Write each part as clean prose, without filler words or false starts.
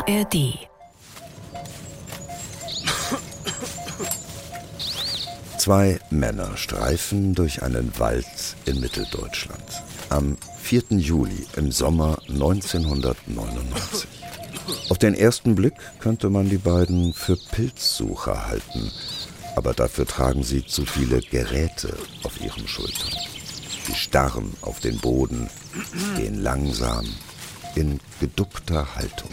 ARD. Zwei Männer streifen durch einen Wald in Mitteldeutschland. Am 4. Juli im Sommer 1999. Auf den ersten Blick könnte man die beiden für Pilzsucher halten. Aber dafür tragen sie zu viele Geräte auf ihren Schultern. Sie starren auf den Boden, gehen langsam, in geduckter Haltung.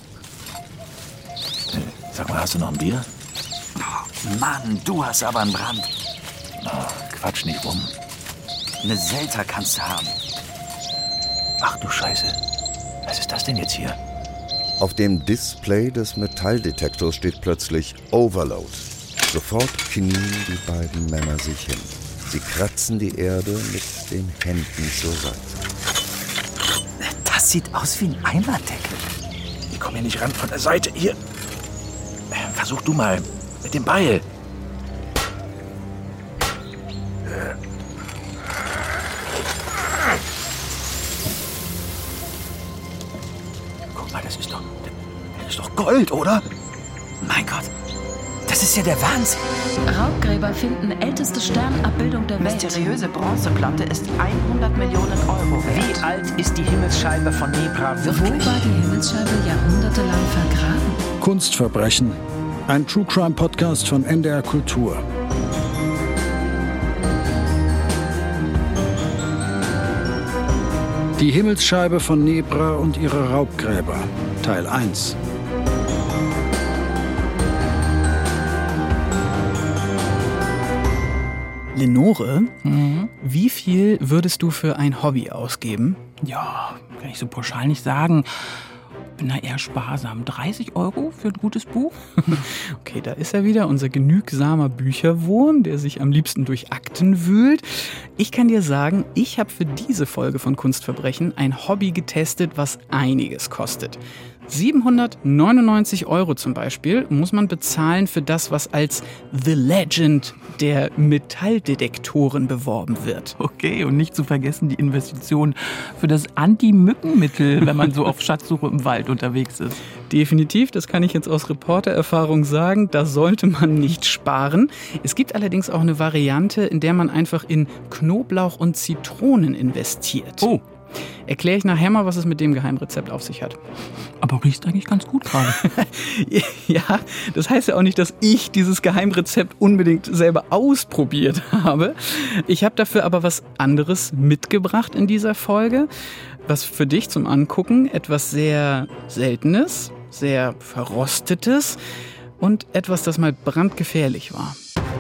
Sag mal, hast du noch ein Bier? Oh, Mann, du hast aber einen Brand. Oh, Quatsch nicht rum. Eine Selter kannst du haben. Ach du Scheiße. Was ist das denn jetzt hier? Auf dem Display des Metalldetektors steht plötzlich Overload. Sofort knien die beiden Männer sich hin. Sie kratzen die Erde mit den Händen zur Seite. Das sieht aus wie ein Eimerdeckel. Ich komme hier nicht ran von der Seite. Hier. Versuch du mal. Mit dem Beil. Guck mal, das ist doch Gold, oder? Mein Gott, das ist ja der Wahnsinn. Raubgräber finden älteste Sternabbildung der Welt. Mysteriöse Bronzeplatte ist 100 Millionen Euro wert. Wie alt ist die Himmelsscheibe von Nebra wirklich? Wo war die Himmelsscheibe jahrhundertelang vergraben? Kunstverbrechen. Ein True Crime Podcast von NDR Kultur. Die Himmelsscheibe von Nebra und ihre Raubgräber. Teil 1. Lenore, wie viel würdest du für ein Hobby ausgeben? Ja, kann ich so pauschal nicht sagen. Bin da eher sparsam. 30 € für ein gutes Buch? Okay, da ist er wieder, unser genügsamer Bücherwurm, der sich am liebsten durch Akten wühlt. Ich kann dir sagen, ich habe für diese Folge von Kunstverbrechen ein Hobby getestet, was einiges kostet. 799 € zum Beispiel muss man bezahlen für das, was als The Legend der Metalldetektoren beworben wird. Okay, und nicht zu vergessen die Investition für das Anti-Mückenmittel, wenn man so auf Schatzsuche im Wald unterwegs ist. Definitiv, das kann ich jetzt aus Reportererfahrung sagen, da sollte man nicht sparen. Es gibt allerdings auch eine Variante, in der man einfach in Knoblauch und Zitronen investiert. Oh. Erkläre ich nachher mal, was es mit dem Geheimrezept auf sich hat. Aber riecht eigentlich ganz gut gerade. Ja, das heißt ja auch nicht, dass ich dieses Geheimrezept unbedingt selber ausprobiert habe. Ich habe dafür aber was anderes mitgebracht in dieser Folge. Was für dich zum Angucken, etwas sehr Seltenes, sehr Verrostetes und etwas, das mal brandgefährlich war.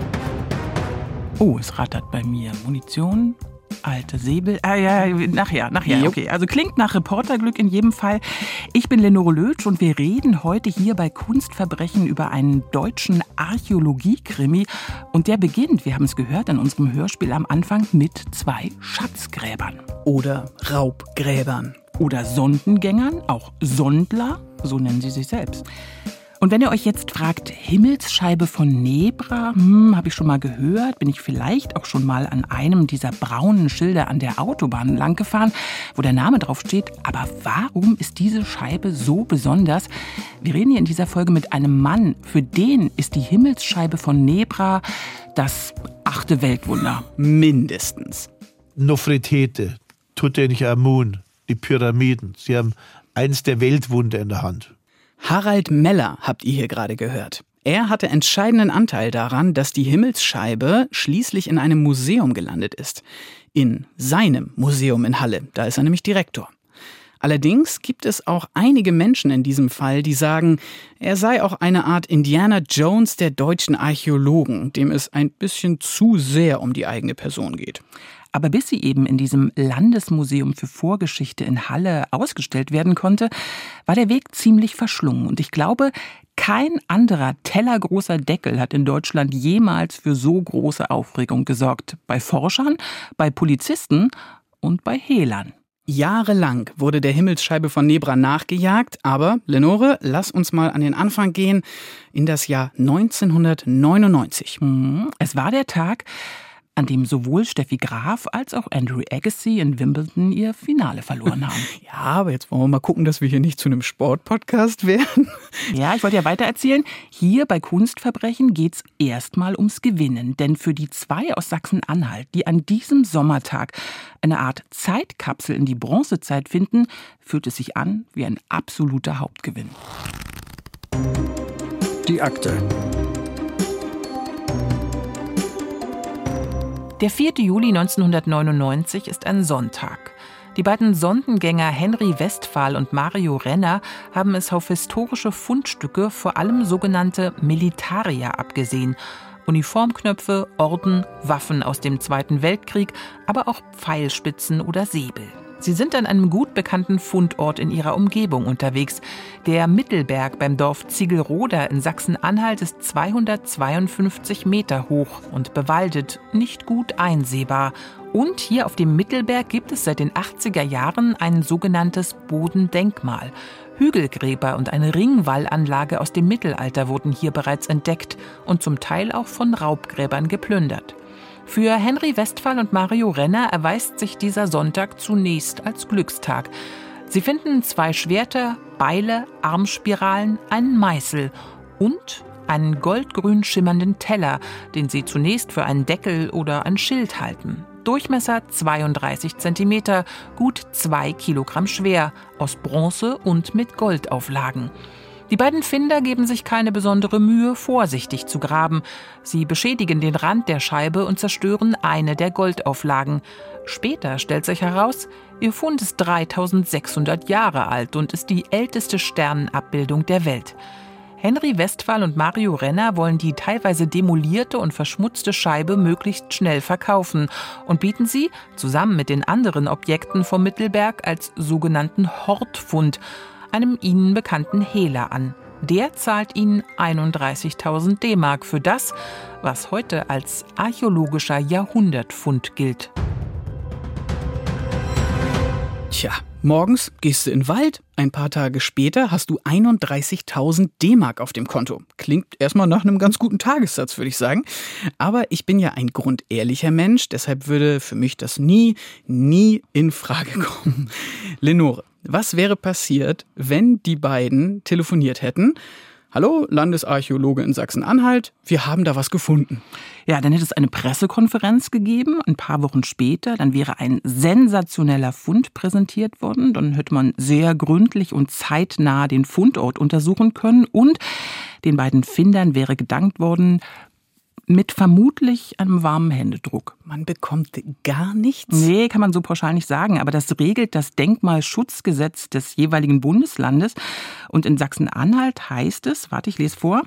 Oh, es rattert bei mir. Munition, alte Säbel. Ja, nachher. Okay, also klingt nach Reporterglück in jedem Fall. Ich bin Lenore Lötsch und wir reden heute hier bei Kunstverbrechen über einen deutschen Archäologie-Krimi. Und der beginnt, wir haben es gehört in unserem Hörspiel am Anfang, mit 2 Schatzgräbern. Oder Raubgräbern. Oder Sondengängern, auch Sondler, so nennen sie sich selbst. Und wenn ihr euch jetzt fragt, Himmelsscheibe von Nebra, habe ich schon mal gehört, bin ich vielleicht auch schon mal an einem dieser braunen Schilder an der Autobahn lang gefahren, wo der Name drauf steht. Aber warum ist diese Scheibe so besonders? Wir reden hier in dieser Folge mit einem Mann, für den ist die Himmelsscheibe von Nebra das 8. Weltwunder. Mindestens. Nofretete, Tutanchamun, die Pyramiden. Sie haben eins der Weltwunder in der Hand. Harald Meller habt ihr hier gerade gehört. Er hatte entscheidenden Anteil daran, dass die Himmelsscheibe schließlich in einem Museum gelandet ist. In seinem Museum in Halle, da ist er nämlich Direktor. Allerdings gibt es auch einige Menschen in diesem Fall, die sagen, er sei auch eine Art Indiana Jones der deutschen Archäologen, dem es ein bisschen zu sehr um die eigene Person geht. Aber bis sie eben in diesem Landesmuseum für Vorgeschichte in Halle ausgestellt werden konnte, war der Weg ziemlich verschlungen. Und ich glaube, kein anderer tellergroßer Deckel hat in Deutschland jemals für so große Aufregung gesorgt. Bei Forschern, bei Polizisten und bei Hehlern. Jahrelang wurde der Himmelsscheibe von Nebra nachgejagt, aber, Lenore, lass uns mal an den Anfang gehen, in das Jahr 1999. Es war der Tag, an dem sowohl Steffi Graf als auch Andrew Agassi in Wimbledon ihr Finale verloren haben. Ja, aber jetzt wollen wir mal gucken, dass wir hier nicht zu einem Sportpodcast werden. Ja, ich wollte ja weiter erzählen. Hier bei Kunstverbrechen geht's erstmal ums Gewinnen. Denn für die 2 aus Sachsen-Anhalt, die an diesem Sommertag eine Art Zeitkapsel in die Bronzezeit finden, fühlt es sich an wie ein absoluter Hauptgewinn. Die Akte. Der 4. Juli 1999 ist ein Sonntag. Die beiden Sondengänger Henry Westphal und Mario Renner haben es auf historische Fundstücke, vor allem sogenannte Militaria, abgesehen. Uniformknöpfe, Orden, Waffen aus dem Zweiten Weltkrieg, aber auch Pfeilspitzen oder Säbel. Sie sind an einem gut bekannten Fundort in ihrer Umgebung unterwegs. Der Mittelberg beim Dorf Ziegelroda in Sachsen-Anhalt ist 252 Meter hoch und bewaldet, nicht gut einsehbar. Und hier auf dem Mittelberg gibt es seit den 80er Jahren ein sogenanntes Bodendenkmal. Hügelgräber und eine Ringwallanlage aus dem Mittelalter wurden hier bereits entdeckt und zum Teil auch von Raubgräbern geplündert. Für Henry Westphal und Mario Renner erweist sich dieser Sonntag zunächst als Glückstag. Sie finden 2 Schwerter, Beile, Armspiralen, einen Meißel und einen goldgrün schimmernden Teller, den sie zunächst für einen Deckel oder ein Schild halten. Durchmesser 32 cm, gut 2 Kilogramm schwer, aus Bronze und mit Goldauflagen. Die beiden Finder geben sich keine besondere Mühe, vorsichtig zu graben. Sie beschädigen den Rand der Scheibe und zerstören eine der Goldauflagen. Später stellt sich heraus, ihr Fund ist 3600 Jahre alt und ist die älteste Sternenabbildung der Welt. Henry Westphal und Mario Renner wollen die teilweise demolierte und verschmutzte Scheibe möglichst schnell verkaufen und bieten sie, zusammen mit den anderen Objekten vom Mittelberg, als sogenannten Hortfund, einem ihnen bekannten Hehler an. Der zahlt ihnen 31.000 D-Mark für das, was heute als archäologischer Jahrhundertfund gilt. Tja, morgens gehst du in den Wald, ein paar Tage später hast du 31.000 D-Mark auf dem Konto. Klingt erstmal nach einem ganz guten Tagessatz, würde ich sagen. Aber ich bin ja ein grundehrlicher Mensch, deshalb würde für mich das nie in Frage kommen. Lenore, was wäre passiert, wenn die beiden telefoniert hätten? Hallo, Landesarchäologe in Sachsen-Anhalt, wir haben da was gefunden. Ja, dann hätte es eine Pressekonferenz gegeben, ein paar Wochen später. Dann wäre ein sensationeller Fund präsentiert worden. Dann hätte man sehr gründlich und zeitnah den Fundort untersuchen können. Und den beiden Findern wäre gedankt worden, mit vermutlich einem warmen Händedruck. Man bekommt gar nichts? Nee, kann man so pauschal nicht sagen. Aber das regelt das Denkmalschutzgesetz des jeweiligen Bundeslandes. Und in Sachsen-Anhalt heißt es, ich lese vor: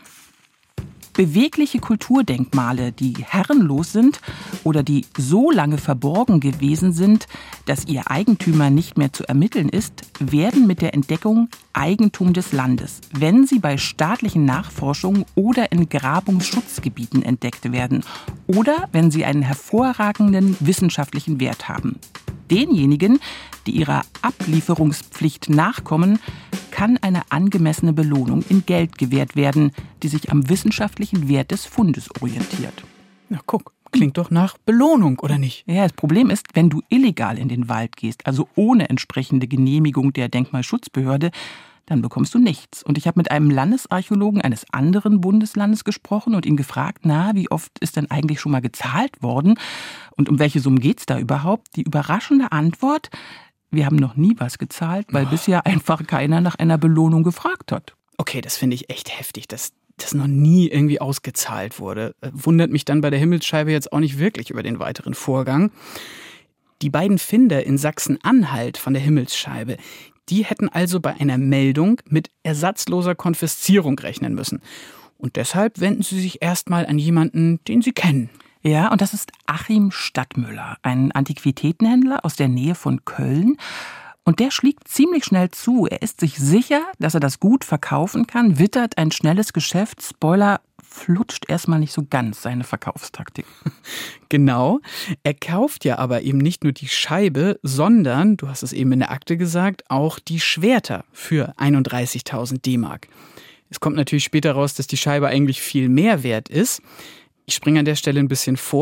Bewegliche Kulturdenkmale, die herrenlos sind oder die so lange verborgen gewesen sind, dass ihr Eigentümer nicht mehr zu ermitteln ist, werden mit der Entdeckung Eigentum des Landes, wenn sie bei staatlichen Nachforschungen oder in Grabungsschutzgebieten entdeckt werden oder wenn sie einen hervorragenden wissenschaftlichen Wert haben. Denjenigen, die ihrer Ablieferungspflicht nachkommen, kann eine angemessene Belohnung in Geld gewährt werden, die sich am wissenschaftlichen Wert des Fundes orientiert. Na guck, klingt doch nach Belohnung, oder nicht? Ja, das Problem ist, wenn du illegal in den Wald gehst, also ohne entsprechende Genehmigung der Denkmalschutzbehörde, dann bekommst du nichts. Und ich habe mit einem Landesarchäologen eines anderen Bundeslandes gesprochen und ihn gefragt, wie oft ist denn eigentlich schon mal gezahlt worden und um welche Summen geht's da überhaupt? Die überraschende Antwort: Wir haben noch nie was gezahlt, weil bisher einfach keiner nach einer Belohnung gefragt hat. Okay, das finde ich echt heftig, dass das noch nie irgendwie ausgezahlt wurde. Wundert mich dann bei der Himmelsscheibe jetzt auch nicht wirklich über den weiteren Vorgang. Die beiden Finder in Sachsen-Anhalt von der Himmelsscheibe, die hätten also bei einer Meldung mit ersatzloser Konfiszierung rechnen müssen. Und deshalb wenden sie sich erstmal an jemanden, den sie kennen. Ja, und das ist Achim Stadtmüller, ein Antiquitätenhändler aus der Nähe von Köln. Und der schlägt ziemlich schnell zu. Er ist sich sicher, dass er das gut verkaufen kann, wittert ein schnelles Geschäft. Spoiler, flutscht erstmal nicht so ganz seine Verkaufstaktik. Genau. Er kauft ja aber eben nicht nur die Scheibe, sondern, du hast es eben in der Akte gesagt, auch die Schwerter für 31.000 D-Mark. Es kommt natürlich später raus, dass die Scheibe eigentlich viel mehr wert ist. Ich springe an der Stelle ein bisschen vor.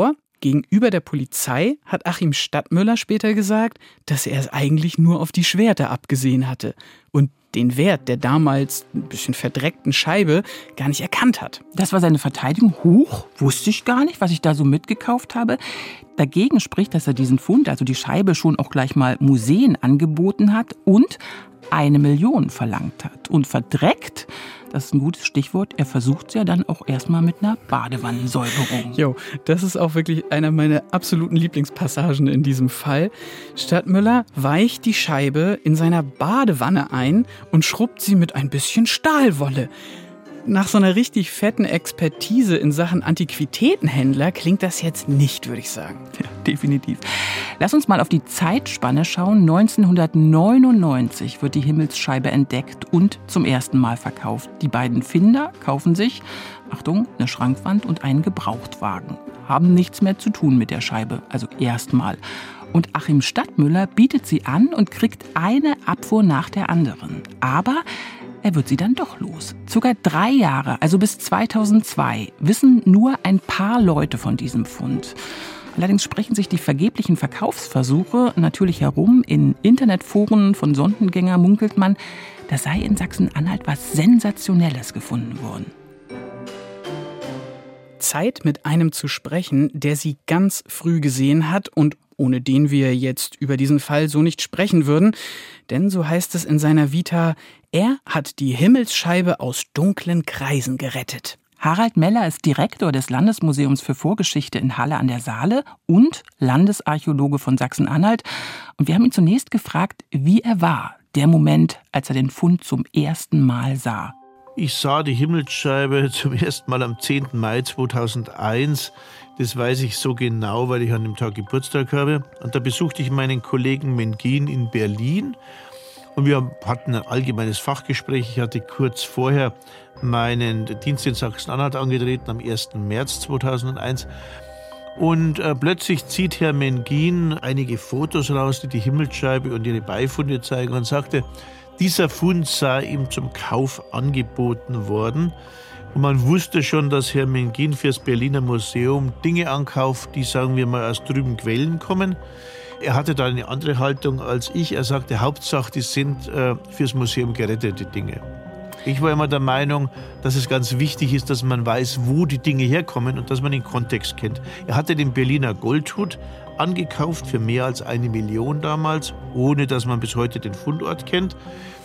Gegenüber der Polizei hat Achim Stadtmüller später gesagt, dass er es eigentlich nur auf die Schwerter abgesehen hatte und den Wert der damals ein bisschen verdreckten Scheibe gar nicht erkannt hat. Das war seine Verteidigung. Huch, wusste ich gar nicht, was ich da so mitgekauft habe. Dagegen spricht, dass er diesen Fund, also die Scheibe, schon auch gleich mal Museen angeboten hat und 1 Million verlangt hat. Und verdreckt, das ist ein gutes Stichwort, er versucht es ja dann auch erstmal mit einer Badewannensäuberung. Jo, das ist auch wirklich einer meiner absoluten Lieblingspassagen in diesem Fall. Stadtmüller weicht die Scheibe in seiner Badewanne ein und schrubbt sie mit ein bisschen Stahlwolle. Nach so einer richtig fetten Expertise in Sachen Antiquitätenhändler klingt das jetzt nicht, würde ich sagen. Ja, definitiv. Lass uns mal auf die Zeitspanne schauen. 1999 wird die Himmelsscheibe entdeckt und zum ersten Mal verkauft. Die beiden Finder kaufen sich, Achtung, eine Schrankwand und einen Gebrauchtwagen. Haben nichts mehr zu tun mit der Scheibe, also erstmal. Und Achim Stadtmüller bietet sie an und kriegt eine Abfuhr nach der anderen. Aber er wird sie dann doch los. Sogar 3 Jahre, also bis 2002, wissen nur ein paar Leute von diesem Fund. Allerdings sprechen sich die vergeblichen Verkaufsversuche natürlich herum. In Internetforen von Sondengängern munkelt man, da sei in Sachsen-Anhalt was Sensationelles gefunden worden. Zeit, mit einem zu sprechen, der sie ganz früh gesehen hat und ohne den wir jetzt über diesen Fall so nicht sprechen würden. Denn so heißt es in seiner Vita, er hat die Himmelsscheibe aus dunklen Kreisen gerettet. Harald Meller ist Direktor des Landesmuseums für Vorgeschichte in Halle an der Saale und Landesarchäologe von Sachsen-Anhalt. Und wir haben ihn zunächst gefragt, wie er war, der Moment, als er den Fund zum ersten Mal sah. Ich sah die Himmelsscheibe zum ersten Mal am 10. Mai 2001. Das weiß ich so genau, weil ich an dem Tag Geburtstag habe. Und da besuchte ich meinen Kollegen Mengin in Berlin. Und wir hatten ein allgemeines Fachgespräch. Ich hatte kurz vorher meinen Dienst in Sachsen-Anhalt angetreten, am 1. März 2001. Und plötzlich zieht Herr Mengin einige Fotos raus, die die Himmelsscheibe und ihre Beifunde zeigen und sagte, dieser Fund sei ihm zum Kauf angeboten worden. Und man wusste schon, dass Herr Mengin fürs Berliner Museum Dinge ankauft, die, sagen wir mal, aus trüben Quellen kommen. Er hatte da eine andere Haltung als ich. Er sagte, Hauptsache, die sind fürs Museum gerettete Dinge. Ich war immer der Meinung, dass es ganz wichtig ist, dass man weiß, wo die Dinge herkommen und dass man den Kontext kennt. Er hatte den Berliner Goldhut angekauft für mehr als 1 Million damals, ohne dass man bis heute den Fundort kennt.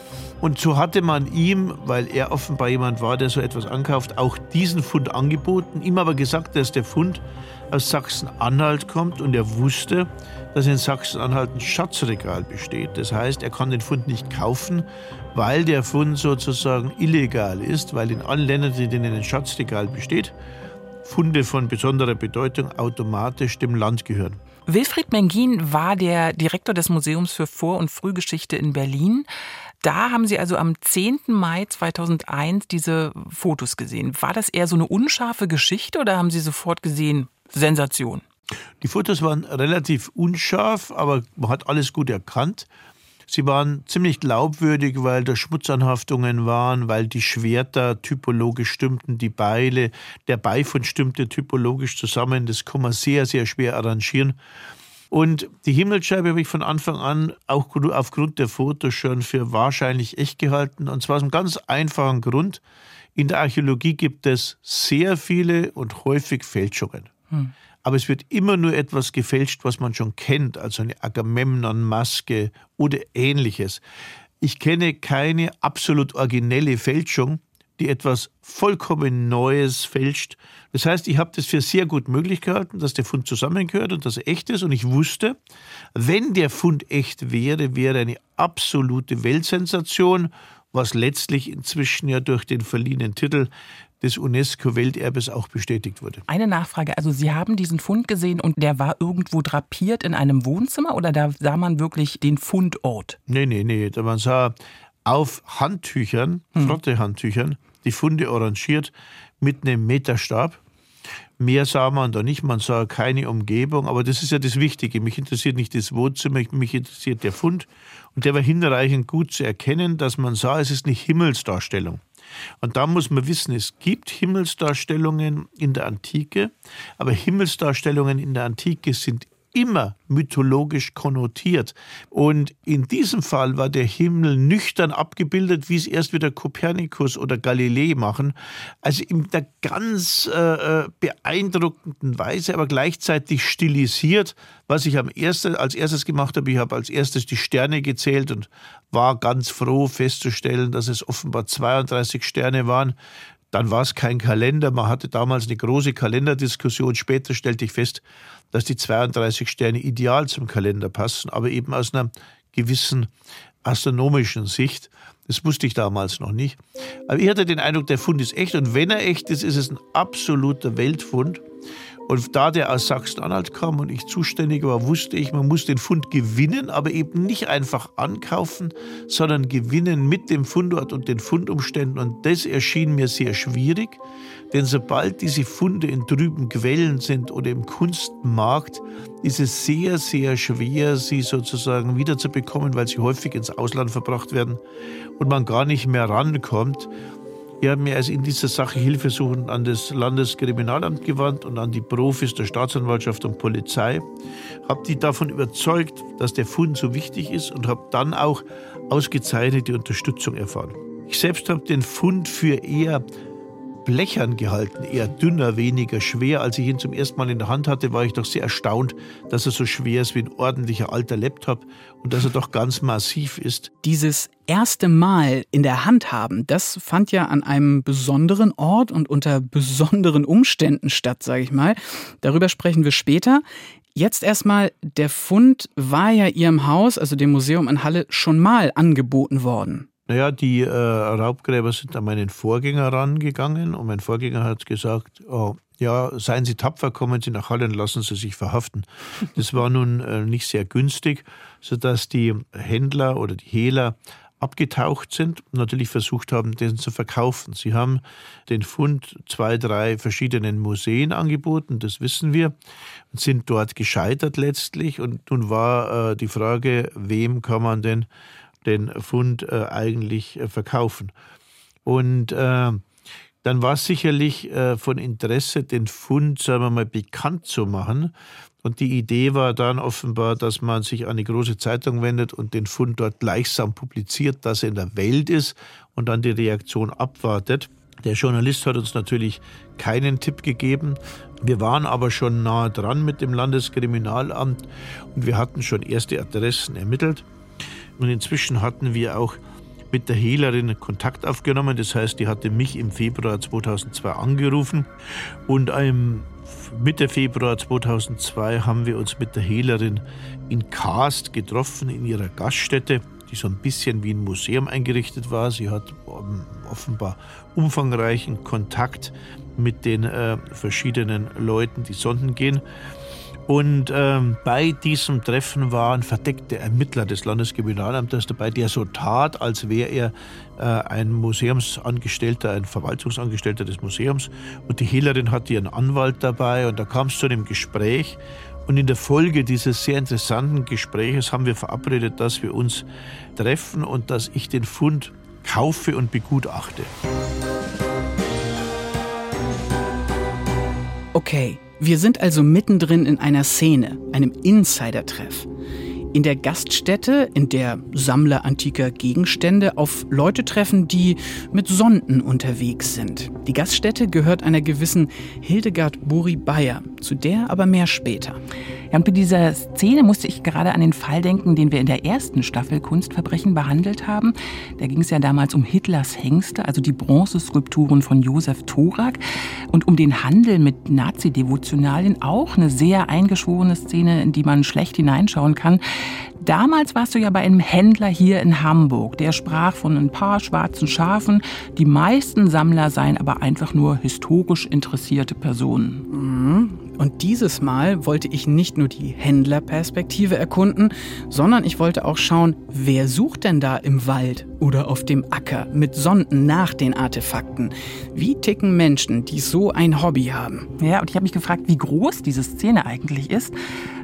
Und so hatte man ihm, weil er offenbar jemand war, der so etwas ankauft, auch diesen Fund angeboten, ihm aber gesagt, dass der Fund aus Sachsen-Anhalt kommt und er wusste, dass in Sachsen-Anhalt ein Schatzregal besteht. Das heißt, er kann den Fund nicht kaufen, weil der Fund sozusagen illegal ist, weil in allen Ländern, in denen ein Schatzregal besteht, Funde von besonderer Bedeutung automatisch dem Land gehören. Wilfried Mengin war der Direktor des Museums für Vor- und Frühgeschichte in Berlin. Da haben Sie also am 10. Mai 2001 diese Fotos gesehen. War das eher so eine unscharfe Geschichte oder haben Sie sofort gesehen, Sensation? Die Fotos waren relativ unscharf, aber man hat alles gut erkannt. Sie waren ziemlich glaubwürdig, weil da Schmutzanhaftungen waren, weil die Schwerter typologisch stimmten, die Beile, der Beifund stimmte typologisch zusammen. Das kann man sehr, sehr schwer arrangieren. Und die Himmelsscheibe habe ich von Anfang an auch aufgrund der Fotos schon für wahrscheinlich echt gehalten. Und zwar aus einem ganz einfachen Grund. In der Archäologie gibt es sehr viele und häufig Fälschungen. Aber es wird immer nur etwas gefälscht, was man schon kennt, also eine Agamemnon-Maske oder Ähnliches. Ich kenne keine absolut originelle Fälschung, die etwas vollkommen Neues fälscht. Das heißt, ich habe das für sehr gut möglich gehalten, dass der Fund zusammengehört und dass er echt ist. Und ich wusste, wenn der Fund echt wäre, wäre eine absolute Weltsensation, was letztlich inzwischen ja durch den verliehenen Titel des UNESCO-Welterbes auch bestätigt wurde. Eine Nachfrage, also Sie haben diesen Fund gesehen und der war irgendwo drapiert in einem Wohnzimmer oder da sah man wirklich den Fundort? Nee, man sah auf Handtüchern, Frottehandtüchern, die Funde arrangiert mit einem Meterstab. Mehr sah man da nicht, man sah keine Umgebung, aber das ist ja das Wichtige. Mich interessiert nicht das Wohnzimmer, mich interessiert der Fund. Und der war hinreichend gut zu erkennen, dass man sah, es ist eine Himmelsdarstellung. Und da muss man wissen, es gibt Himmelsdarstellungen in der Antike, aber Himmelsdarstellungen in der Antike sind immer mythologisch konnotiert. Und in diesem Fall war der Himmel nüchtern abgebildet, wie es erst wieder Kopernikus oder Galilei machen. Also in der ganz beeindruckenden Weise, aber gleichzeitig stilisiert. Was ich als erstes gemacht habe, ich habe als erstes die Sterne gezählt und war ganz froh festzustellen, dass es offenbar 32 Sterne waren. Dann war es kein Kalender. Man hatte damals eine große Kalenderdiskussion. Später stellte ich fest, dass die 32 Sterne ideal zum Kalender passen, aber eben aus einer gewissen astronomischen Sicht. Das wusste ich damals noch nicht. Aber ich hatte den Eindruck, der Fund ist echt. Und wenn er echt ist, ist es ein absoluter Weltfund. Und da der aus Sachsen-Anhalt kam und ich zuständig war, wusste ich, man muss den Fund gewinnen, aber eben nicht einfach ankaufen, sondern gewinnen mit dem Fundort und den Fundumständen. Und das erschien mir sehr schwierig, denn sobald diese Funde in trüben Quellen sind oder im Kunstmarkt, ist es sehr, sehr schwer, sie sozusagen wiederzubekommen, weil sie häufig ins Ausland verbracht werden und man gar nicht mehr rankommt. Ich habe mir also in dieser Sache hilfesuchend an das Landeskriminalamt gewandt und an die Profis der Staatsanwaltschaft und Polizei, habe die davon überzeugt, dass der Fund so wichtig ist und habe dann auch ausgezeichnete Unterstützung erfahren. Ich selbst habe den Fund für eher blechern gehalten, eher dünner, weniger schwer. Als ich ihn zum ersten Mal in der Hand hatte, war ich doch sehr erstaunt, dass er so schwer ist wie ein ordentlicher alter Laptop und dass er doch ganz massiv ist. Dieses erste Mal in der Hand haben, das fand ja an einem besonderen Ort und unter besonderen Umständen statt, sage ich mal. Darüber sprechen wir später. Jetzt erstmal, der Fund war ja Ihrem Haus, also dem Museum in Halle, schon mal angeboten worden. Naja, die Raubgräber sind an meinen Vorgänger rangegangen und mein Vorgänger hat gesagt, oh, ja, seien Sie tapfer, kommen Sie nach Halle und lassen Sie sich verhaften. Das war nun nicht sehr günstig, sodass die Händler oder die Hehler abgetaucht sind und natürlich versucht haben, den zu verkaufen. Sie haben den Fund 2, 3 verschiedenen Museen angeboten, das wissen wir, und sind dort gescheitert letztlich. Und nun war die Frage, wem kann man denn den Fund eigentlich verkaufen. Und dann war es sicherlich von Interesse, den Fund, sagen wir mal, bekannt zu machen. Und die Idee war dann offenbar, dass man sich an eine große Zeitung wendet und den Fund dort gleichsam publiziert, dass er in der Welt ist und dann die Reaktion abwartet. Der Journalist hat uns natürlich keinen Tipp gegeben. Wir waren aber schon nahe dran mit dem Landeskriminalamt und wir hatten schon erste Adressen ermittelt. Und inzwischen hatten wir auch mit der Hehlerin Kontakt aufgenommen. Das heißt, die hatte mich im Februar 2002 angerufen. Und Mitte Februar 2002 haben wir uns mit der Hehlerin in Kast getroffen, in ihrer Gaststätte, die so ein bisschen wie ein Museum eingerichtet war. Sie hat offenbar umfangreichen Kontakt mit den verschiedenen Leuten, die Sonden gehen. Und bei diesem Treffen waren verdeckte Ermittler des Landeskriminalamtes dabei, der so tat, als wäre er ein Museumsangestellter, ein Verwaltungsangestellter des Museums. Und die Hehlerin hatte ihren Anwalt dabei und da kam es zu einem Gespräch. Und in der Folge dieses sehr interessanten Gespräches haben wir verabredet, dass wir uns treffen und dass ich den Fund kaufe und begutachte. Okay. Wir sind also mittendrin in einer Szene, einem Insider-Treff. In der Gaststätte, in der Sammler antiker Gegenstände auf Leute treffen, die mit Sonden unterwegs sind. Die Gaststätte gehört einer gewissen Hildegard Buri-Beyer, zu der aber mehr später. Ja, und bei dieser Szene musste ich gerade an den Fall denken, den wir in der ersten Staffel Kunstverbrechen behandelt haben. Da ging es ja damals um Hitlers Hengste, also die Bronzeskulpturen von Josef Thorak und um den Handel mit Nazi-Devotionalien, auch eine sehr eingeschworene Szene, in die man schlecht hineinschauen kann. Damals warst du ja bei einem Händler hier in Hamburg. Der sprach von ein paar schwarzen Schafen. Die meisten Sammler seien aber einfach nur historisch interessierte Personen. Und dieses Mal wollte ich nicht nur die Händlerperspektive erkunden, sondern ich wollte auch schauen, wer sucht denn da im Wald oder auf dem Acker mit Sonden nach den Artefakten? Wie ticken Menschen, die so ein Hobby haben? Ja, und ich habe mich gefragt, wie groß diese Szene eigentlich ist.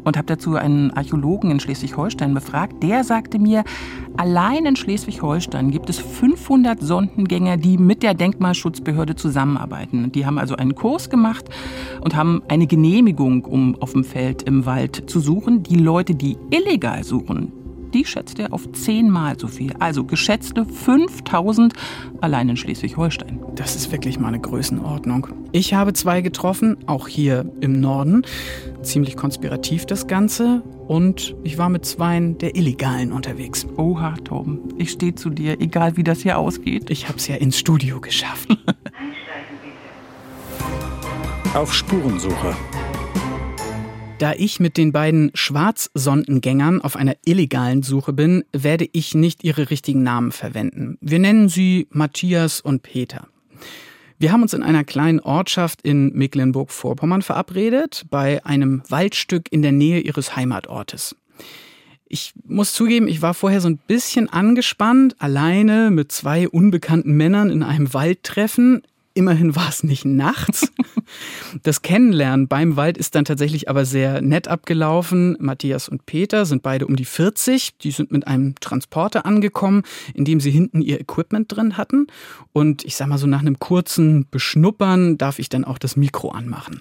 und habe dazu einen Archäologen in Schleswig-Holstein befragt. Der sagte mir, allein in Schleswig-Holstein gibt es 500 Sondengänger, die mit der Denkmalschutzbehörde zusammenarbeiten. Die haben also einen Kurs gemacht und haben eine Genehmigung, um auf dem Feld im Wald zu suchen. Die Leute, die illegal suchen, die schätzt er auf 10-mal so viel. Also geschätzte 5000 allein in Schleswig-Holstein. Das ist wirklich mal eine Größenordnung. Ich habe 2 getroffen, auch hier im Norden. Ziemlich konspirativ das Ganze. Und ich war mit 2 der Illegalen unterwegs. Oha, Torben, ich stehe zu dir, egal wie das hier ausgeht. Ich habe es ja ins Studio geschafft. Einsteigen bitte. Auf Spurensuche. Da ich mit den beiden Schwarzsondengängern auf einer illegalen Suche bin, werde ich nicht ihre richtigen Namen verwenden. Wir nennen sie Matthias und Peter. Wir haben uns in einer kleinen Ortschaft in Mecklenburg-Vorpommern verabredet, bei einem Waldstück in der Nähe ihres Heimatortes. Ich muss zugeben, ich war vorher so ein bisschen angespannt, alleine mit 2 unbekannten Männern in einem Waldtreffen. Immerhin war es nicht nachts. Das Kennenlernen beim Wald ist dann tatsächlich aber sehr nett abgelaufen. Matthias und Peter sind beide um die 40. Die sind mit einem Transporter angekommen, in dem sie hinten ihr Equipment drin hatten. Und ich sag mal so, nach einem kurzen Beschnuppern darf ich dann auch das Mikro anmachen.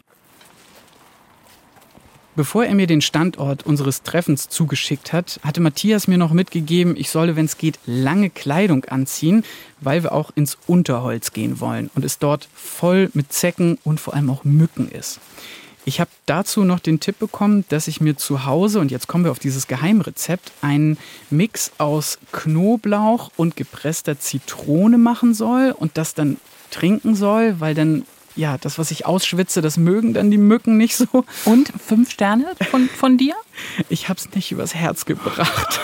Bevor er mir den Standort unseres Treffens zugeschickt hat, hatte Matthias mir noch mitgegeben, ich solle, wenn es geht, lange Kleidung anziehen, weil wir auch ins Unterholz gehen wollen und es dort voll mit Zecken und vor allem auch Mücken ist. Ich habe dazu noch den Tipp bekommen, dass ich mir zu Hause, und jetzt kommen wir auf dieses Geheimrezept, einen Mix aus Knoblauch und gepresster Zitrone machen soll und das dann trinken soll, weil dann ja, das, was ich ausschwitze, das mögen dann die Mücken nicht so. Und 5 Sterne von dir? Ich hab's nicht übers Herz gebracht.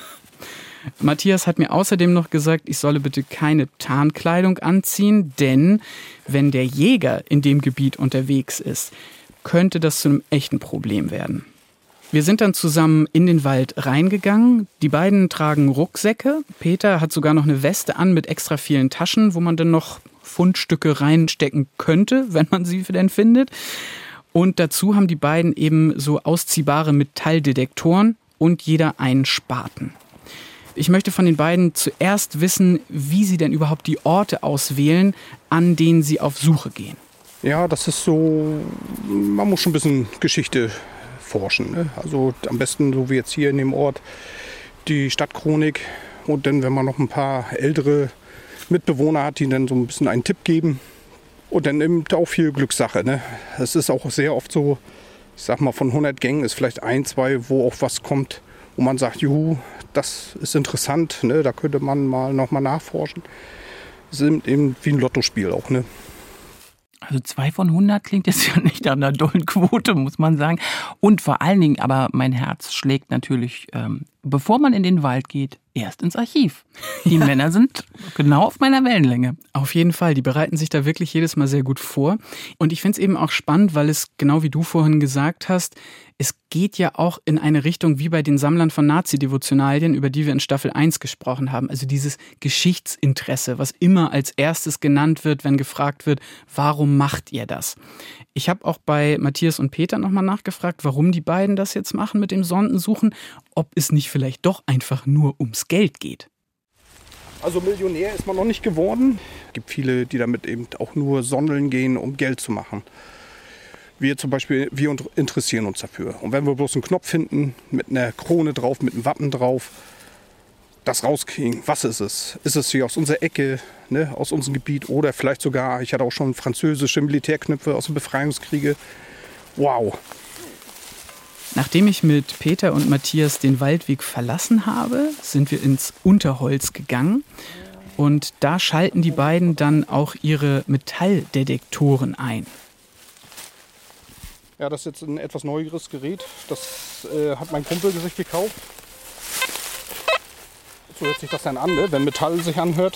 Matthias hat mir außerdem noch gesagt, ich solle bitte keine Tarnkleidung anziehen, denn wenn der Jäger in dem Gebiet unterwegs ist, könnte das zu einem echten Problem werden. Wir sind dann zusammen in den Wald reingegangen. Die beiden tragen Rucksäcke. Peter hat sogar noch eine Weste an mit extra vielen Taschen, wo man dann noch Fundstücke reinstecken könnte, wenn man sie denn findet. Und dazu haben die beiden eben so ausziehbare Metalldetektoren und jeder einen Spaten. Ich möchte von den beiden zuerst wissen, wie sie denn überhaupt die Orte auswählen, an denen sie auf Suche gehen. Ja, das ist so, man muss schon ein bisschen Geschichte forschen. Ne? Also am besten, so wie jetzt hier in dem Ort, die Stadtchronik. Und dann, wenn man noch ein paar ältere Mitbewohner hat, die dann so ein bisschen einen Tipp geben. Und dann eben auch viel Glückssache. Ne? Es ist auch sehr oft so, ich sag mal, von 100 Gängen ist vielleicht 1, 2, wo auch was kommt, wo man sagt, juhu, das ist interessant, ne? Da könnte man mal nochmal nachforschen. Das ist eben wie ein Lottospiel auch, ne? Also 2 von 100 klingt jetzt ja nicht an einer dollen Quote, muss man sagen. Und vor allen Dingen, aber mein Herz schlägt natürlich, bevor man in den Wald geht, erst ins Archiv. Die Männer sind genau auf meiner Wellenlänge. Auf jeden Fall, die bereiten sich da wirklich jedes Mal sehr gut vor. Und ich finde es eben auch spannend, weil es, genau wie du vorhin gesagt hast, es geht ja auch in eine Richtung wie bei den Sammlern von Nazi-Devotionalien, über die wir in Staffel 1 gesprochen haben. Also dieses Geschichtsinteresse, was immer als erstes genannt wird, wenn gefragt wird, warum macht ihr das? Ich habe auch bei Matthias und Peter nochmal nachgefragt, warum die beiden das jetzt machen mit dem Sondensuchen, ob es nicht vielleicht doch einfach nur ums Geld geht. Also Millionär ist man noch nicht geworden. Es gibt viele, die damit eben auch nur sondeln gehen, um Geld zu machen. Wir zum Beispiel, wir interessieren uns dafür. Und wenn wir bloß einen Knopf finden, mit einer Krone drauf, mit einem Wappen drauf, das rauskriegen, was ist es? Ist es hier aus unserer Ecke, ne, aus unserem Gebiet oder vielleicht sogar, ich hatte auch schon französische Militärknöpfe aus den Befreiungskriege. Wow. Nachdem ich mit Peter und Matthias den Waldweg verlassen habe, sind wir ins Unterholz gegangen. Und da schalten die beiden dann auch ihre Metalldetektoren ein. Ja, das ist jetzt ein etwas neueres Gerät. Das hat mein Kumpel sich gekauft. So hört sich das dann an, ne? Wenn Metall sich anhört.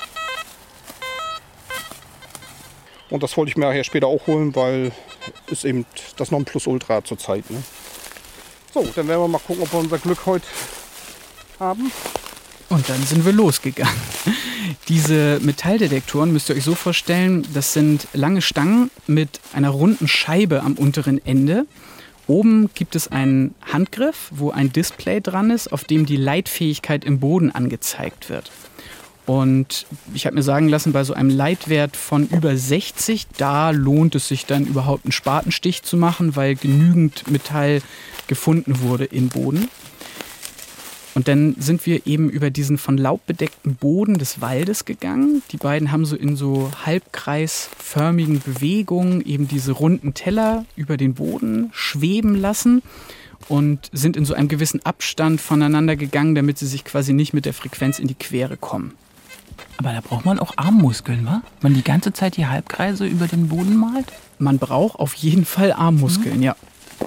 Und das wollte ich mir nachher später auch holen, weil ist eben das Nonplusultra zur Zeit. Ne? So, dann werden wir mal gucken, ob wir unser Glück heute haben. Und dann sind wir losgegangen. Diese Metalldetektoren müsst ihr euch so vorstellen, das sind lange Stangen mit einer runden Scheibe am unteren Ende. Oben gibt es einen Handgriff, wo ein Display dran ist, auf dem die Leitfähigkeit im Boden angezeigt wird. Und ich habe mir sagen lassen, bei so einem Leitwert von über 60, da lohnt es sich dann überhaupt einen Spatenstich zu machen, weil genügend Metall gefunden wurde im Boden. Und dann sind wir eben über diesen von Laub bedeckten Boden des Waldes gegangen. Die beiden haben so in so halbkreisförmigen Bewegungen eben diese runden Teller über den Boden schweben lassen und sind in so einem gewissen Abstand voneinander gegangen, damit sie sich quasi nicht mit der Frequenz in die Quere kommen. Aber da braucht man auch Armmuskeln, wa? Man die ganze Zeit die Halbkreise über den Boden malt? Man braucht auf jeden Fall Armmuskeln, ja.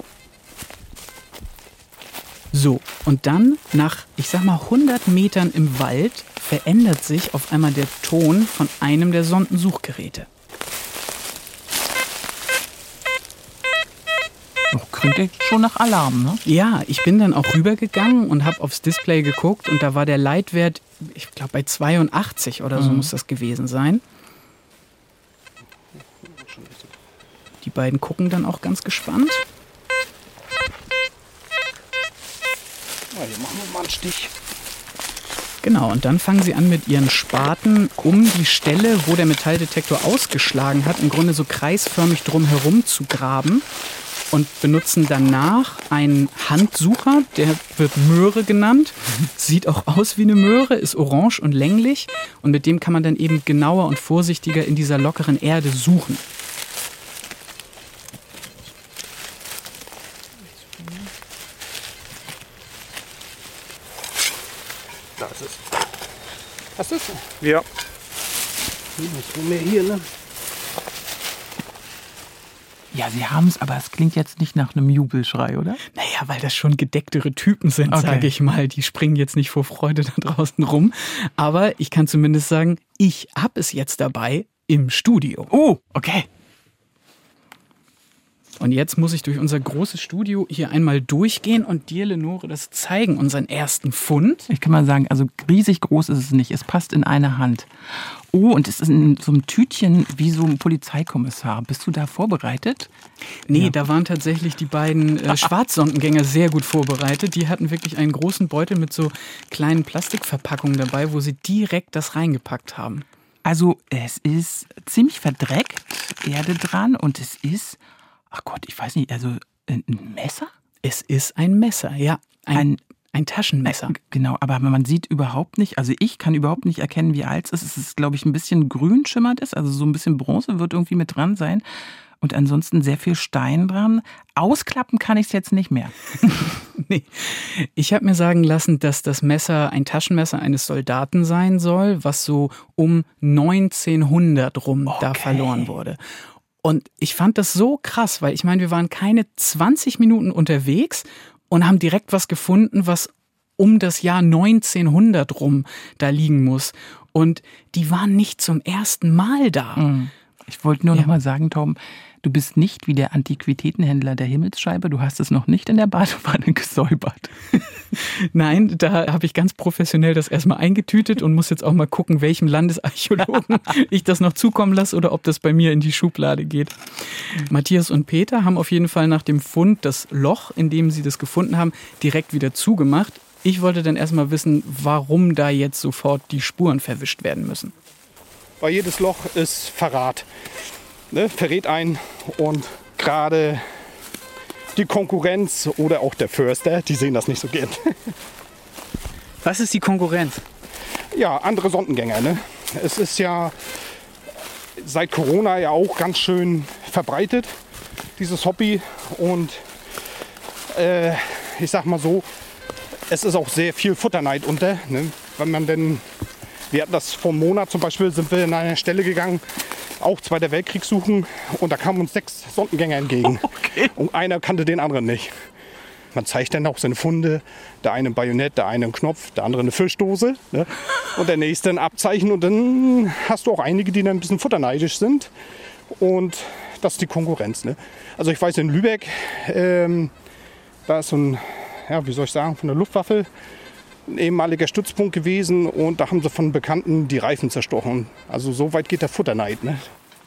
So, und dann nach, ich sag mal, 100 Metern im Wald verändert sich auf einmal der Ton von einem der Sondensuchgeräte. Klingt ja schon nach Alarm, ne? Ja, ich bin dann auch rübergegangen und habe aufs Display geguckt und da war der Leitwert, ich glaube bei 82 oder so muss das gewesen sein. Die beiden gucken dann auch ganz gespannt. Hier machen wir mal einen Stich. Genau, und dann fangen sie an mit ihren Spaten, um die Stelle, wo der Metalldetektor ausgeschlagen hat, im Grunde so kreisförmig drumherum zu graben und benutzen danach einen Handsucher, der wird Möhre genannt, sieht auch aus wie eine Möhre, ist orange und länglich und mit dem kann man dann eben genauer und vorsichtiger in dieser lockeren Erde suchen. Da ist es. Hast du es? Ja. Was mehr hier, ne? Ja, sie haben es, aber es klingt jetzt nicht nach einem Jubelschrei, oder? Naja, weil das schon gedecktere Typen sind, sage ich mal. Die springen jetzt nicht vor Freude da draußen rum. Aber ich kann zumindest sagen, ich habe es jetzt dabei im Studio. Oh, okay. Und jetzt muss ich durch unser großes Studio hier einmal durchgehen und dir, Lenore, das zeigen, unseren ersten Fund. Ich kann mal sagen, also riesig groß ist es nicht. Es passt in eine Hand. Oh, und es ist in so einem Tütchen wie so ein Polizeikommissar. Bist du da vorbereitet? Nee, Ja. da waren tatsächlich die beiden Schwarzsondengänger sehr gut vorbereitet. Die hatten wirklich einen großen Beutel mit so kleinen Plastikverpackungen dabei, wo sie direkt das reingepackt haben. Also es ist ziemlich verdreckt, Erde dran und es ist... Ach Gott, ich weiß nicht, also ein Messer? Es ist ein Messer, ja. Ein Taschenmesser. Genau, aber man sieht überhaupt nicht, also ich kann überhaupt nicht erkennen, wie alt es ist. Es ist, glaube ich, ein bisschen grün schimmernd ist, also so ein bisschen Bronze wird irgendwie mit dran sein. Und ansonsten sehr viel Stein dran. Ausklappen kann ich es jetzt nicht mehr. Nee. Ich habe mir sagen lassen, dass das Messer ein Taschenmesser eines Soldaten sein soll, was so um 1900 rum da verloren wurde. Und ich fand das so krass, weil ich meine, wir waren keine 20 Minuten unterwegs und haben direkt was gefunden, was um das Jahr 1900 rum da liegen muss. Und die waren nicht zum ersten Mal da. Ich wollte nur noch mal sagen, Tom, du bist nicht wie der Antiquitätenhändler der Himmelsscheibe. Du hast es noch nicht in der Badewanne gesäubert. Nein, da habe ich ganz professionell das erstmal eingetütet und muss jetzt auch mal gucken, welchem Landesarchäologen ich das noch zukommen lasse oder ob das bei mir in die Schublade geht. Matthias und Peter haben auf jeden Fall nach dem Fund das Loch, in dem sie das gefunden haben, direkt wieder zugemacht. Ich wollte dann erstmal wissen, warum da jetzt sofort die Spuren verwischt werden müssen. Weil jedes Loch ist Verrat. Ne, verrät ein und gerade die Konkurrenz oder auch der Förster, die sehen das nicht so gern. Was ist die Konkurrenz? Ja, andere Sondengänger. Ne? Es ist ja seit Corona ja auch ganz schön verbreitet, dieses Hobby. Und ich sag mal so, es ist auch sehr viel Futterneid unter. Ne? Wenn man denn, wir hatten das vor einem Monat zum Beispiel, sind wir an eine Stelle gegangen, auch Zweiter Weltkrieg suchen und da kamen uns 6 Sondengänger entgegen. Okay. Und einer kannte den anderen nicht. Man zeigt dann auch seine Funde, der eine ein Bajonett, der eine einen Knopf, der andere eine Fischdose, ne? Und der nächste ein Abzeichen und dann hast du auch einige, die dann ein bisschen futterneidisch sind und das ist die Konkurrenz. Ne? Also ich weiß in Lübeck, da ist so ein, ja wie soll ich sagen, von der Luftwaffe ein ehemaliger Stützpunkt gewesen und da haben sie von Bekannten die Reifen zerstochen. Also so weit geht der Futterneid. Ne?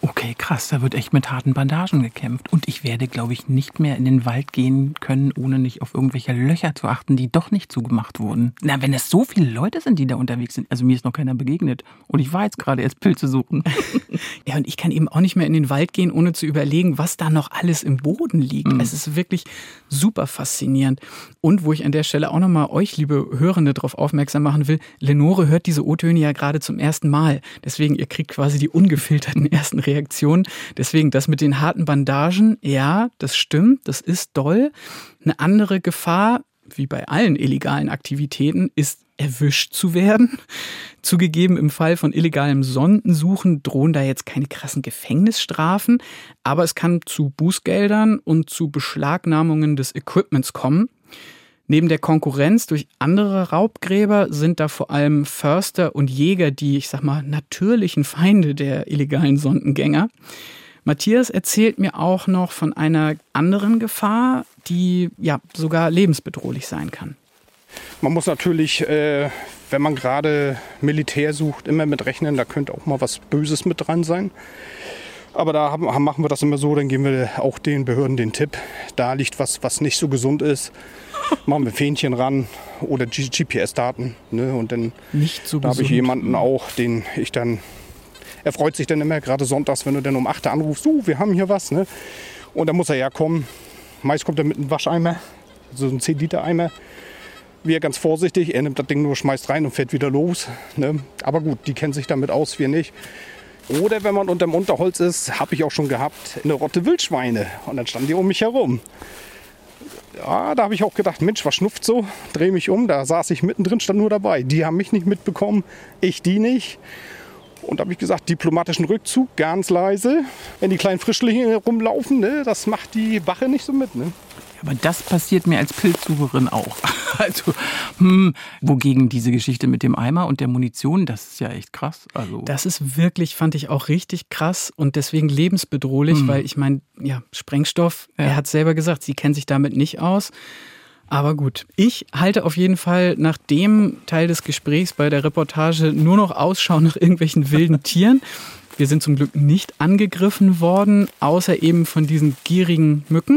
Okay, krass, da wird echt mit harten Bandagen gekämpft. Und ich werde, glaube ich, nicht mehr in den Wald gehen können, ohne nicht auf irgendwelche Löcher zu achten, die doch nicht zugemacht wurden. Na, wenn es so viele Leute sind, die da unterwegs sind, also mir ist noch keiner begegnet. Und ich war jetzt gerade erst Pilze suchen. Ja, und ich kann eben auch nicht mehr in den Wald gehen, ohne zu überlegen, was da noch alles im Boden liegt. Es ist wirklich super faszinierend. Und wo ich an der Stelle auch nochmal euch, liebe Hörende, darauf aufmerksam machen will, Lenore hört diese O-Töne ja gerade zum ersten Mal. Deswegen, ihr kriegt quasi die ungefilterten ersten Reaktionen. Deswegen, das mit den harten Bandagen, ja, das stimmt, das ist doll. Eine andere Gefahr, wie bei allen illegalen Aktivitäten, ist erwischt zu werden. Zugegeben, im Fall von illegalem Sondensuchen drohen da jetzt keine krassen Gefängnisstrafen, aber es kann zu Bußgeldern und zu Beschlagnahmungen des Equipments kommen. Neben der Konkurrenz durch andere Raubgräber sind da vor allem Förster und Jäger die, ich sag mal, natürlichen Feinde der illegalen Sondengänger. Matthias erzählt mir auch noch von einer anderen Gefahr, die ja sogar lebensbedrohlich sein kann. Man muss natürlich, wenn man gerade Militär sucht, immer mit rechnen, da könnte auch mal was Böses mit dran sein. Aber da machen wir das immer so, dann geben wir auch den Behörden den Tipp, da liegt was nicht so gesund ist. Machen wir Fähnchen ran oder GPS-Daten. Ne? Und dann nicht so da habe ich jemanden auch, den ich dann, er freut sich dann immer, gerade sonntags, wenn du dann um 8 Uhr anrufst, wir haben hier was. Ne? Und dann muss er ja kommen. Meist kommt er mit einem Wascheimer, so ein 10-Liter-Eimer. Wir ganz vorsichtig, er nimmt das Ding nur, schmeißt rein und fährt wieder los. Ne? Aber gut, die kennen sich damit aus, wir nicht. Oder wenn man unterm Unterholz ist, habe ich auch schon gehabt, eine Rotte Wildschweine. Und dann standen die um mich herum. Ja, da habe ich auch gedacht, Mensch, was schnupft so? Dreh mich um, da saß ich mittendrin, stand nur dabei. Die haben mich nicht mitbekommen, ich die nicht. Und da habe ich gesagt, diplomatischen Rückzug, ganz leise. Wenn die kleinen Frischlinge rumlaufen, ne, das macht die Wache nicht so mit. Ne? Aber das passiert mir als Pilzsucherin auch. Also, wogegen diese Geschichte mit dem Eimer und der Munition, das ist ja echt krass. Also das ist wirklich, fand ich auch richtig krass und deswegen lebensbedrohlich, weil ich meine, ja, Sprengstoff, er hat selber gesagt, sie kennen sich damit nicht aus. Aber gut, ich halte auf jeden Fall nach dem Teil des Gesprächs bei der Reportage nur noch Ausschau nach irgendwelchen wilden Tieren. Wir sind zum Glück nicht angegriffen worden, außer eben von diesen gierigen Mücken.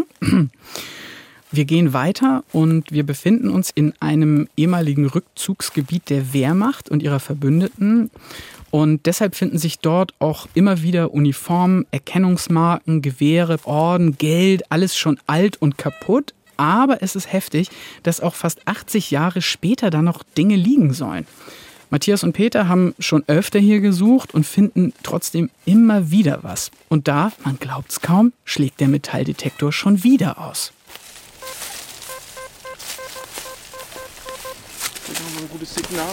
Wir gehen weiter und wir befinden uns in einem ehemaligen Rückzugsgebiet der Wehrmacht und ihrer Verbündeten. Und deshalb finden sich dort auch immer wieder Uniformen, Erkennungsmarken, Gewehre, Orden, Geld, alles schon alt und kaputt. Aber es ist heftig, dass auch fast 80 Jahre später da noch Dinge liegen sollen. Matthias und Peter haben schon öfter hier gesucht und finden trotzdem immer wieder was. Und da, man glaubt's kaum, schlägt der Metalldetektor schon wieder aus. Das ist ein gutes Signal.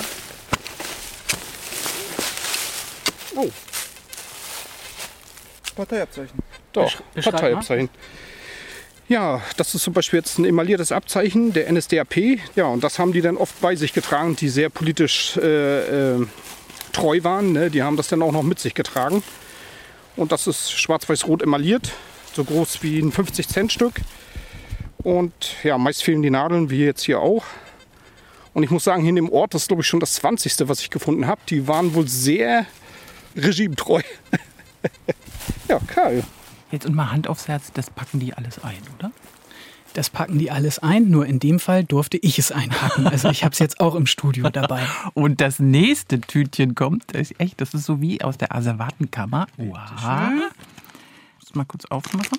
Oh. Parteiabzeichen. Doch, Parteiabzeichen. Ja, das ist zum Beispiel jetzt ein emailliertes Abzeichen der NSDAP. Ja, und das haben die dann oft bei sich getragen, die sehr politisch treu waren. Ne? Die haben das dann auch noch mit sich getragen. Und das ist schwarz-weiß-rot emailliert, so groß wie ein 50-Cent-Stück. Und ja, meist fehlen die Nadeln, wie jetzt hier auch. Und ich muss sagen, hier in dem Ort, das ist glaube ich schon das 20. was ich gefunden habe. Die waren wohl sehr regimetreu. Ja, Karl. Jetzt und mal Hand aufs Herz, das packen die alles ein, oder? Das packen die alles ein, nur in dem Fall durfte ich es einpacken. Also ich habe es jetzt auch im Studio dabei. Und das nächste Tütchen kommt, das ist echt, das ist so wie aus der Asservatenkammer. Wow. Muss mal kurz aufmachen.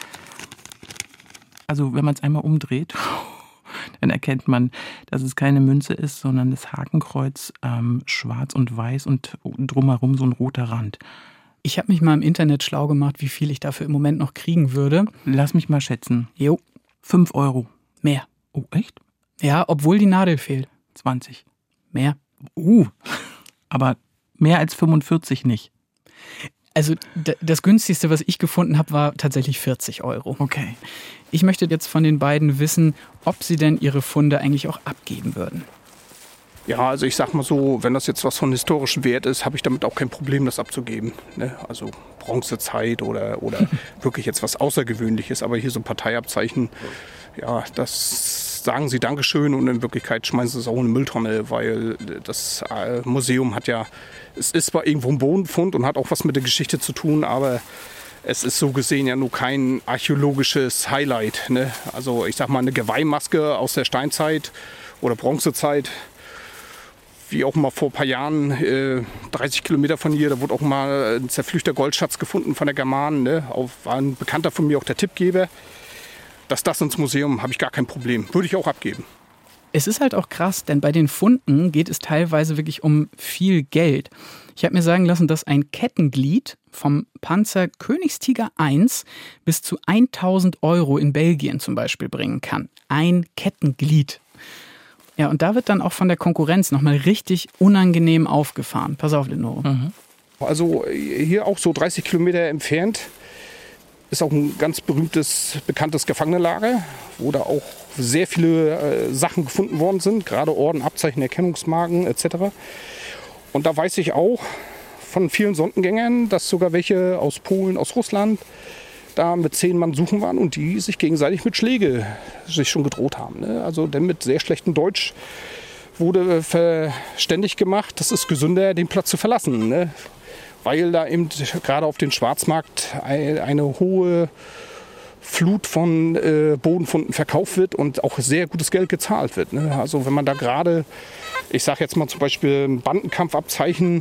Also wenn man es einmal umdreht, dann erkennt man, dass es keine Münze ist, sondern das Hakenkreuz, schwarz und weiß und drumherum so ein roter Rand. Ich habe mich mal im Internet schlau gemacht, wie viel ich dafür im Moment noch kriegen würde. Lass mich mal schätzen. Jo. 5 Euro. Mehr. Oh, echt? Ja, obwohl die Nadel fehlt. 20. Mehr. Aber mehr als 45 nicht. Also das günstigste, was ich gefunden habe, war tatsächlich 40 Euro. Okay. Ich möchte jetzt von den beiden wissen, ob sie denn ihre Funde eigentlich auch abgeben würden. Ja, also ich sag mal so, wenn das jetzt was von historischem Wert ist, habe ich damit auch kein Problem, das abzugeben. Ne? Also Bronzezeit oder wirklich jetzt was Außergewöhnliches. Aber hier so ein Parteiabzeichen, ja, das sagen sie Dankeschön und in Wirklichkeit schmeißen sie es auch in eine Mülltonne, weil das Museum es ist zwar irgendwo ein Bodenfund und hat auch was mit der Geschichte zu tun, aber es ist so gesehen ja nur kein archäologisches Highlight, ne? Also ich sag mal eine Geweihmaske aus der Steinzeit oder Bronzezeit, wie auch mal vor ein paar Jahren, 30 Kilometer von hier, da wurde auch mal ein zerflüchter Goldschatz gefunden von der Germanen, ne? War ein Bekannter von mir auch der Tippgeber. Das ins Museum habe ich gar kein Problem, würde ich auch abgeben. Es ist halt auch krass, denn bei den Funden geht es teilweise wirklich um viel Geld. Ich habe mir sagen lassen, dass ein Kettenglied vom Panzer Königstiger I bis zu 1.000 € in Belgien zum Beispiel bringen kann. Ein Kettenglied. Ja, und da wird dann auch von der Konkurrenz nochmal richtig unangenehm aufgefahren. Pass auf, Lenore. Also hier auch so 30 Kilometer entfernt ist auch ein ganz berühmtes, bekanntes Gefangenenlager, wo da auch sehr viele Sachen gefunden worden sind, gerade Orden, Abzeichen, Erkennungsmarken etc. Und da weiß ich auch von vielen Sondengängern, dass sogar welche aus Polen, aus Russland da mit 10 Mann suchen waren und die sich gegenseitig mit Schläge sich schon gedroht haben. Ne? Also denn mit sehr schlechtem Deutsch wurde verständigt gemacht, das ist gesünder, den Platz zu verlassen. Ne? Weil da eben gerade auf dem Schwarzmarkt eine hohe Flut von Bodenfunden verkauft wird und auch sehr gutes Geld gezahlt wird. Ne? Also wenn man da gerade, ich sage jetzt mal zum Beispiel ein Bandenkampfabzeichen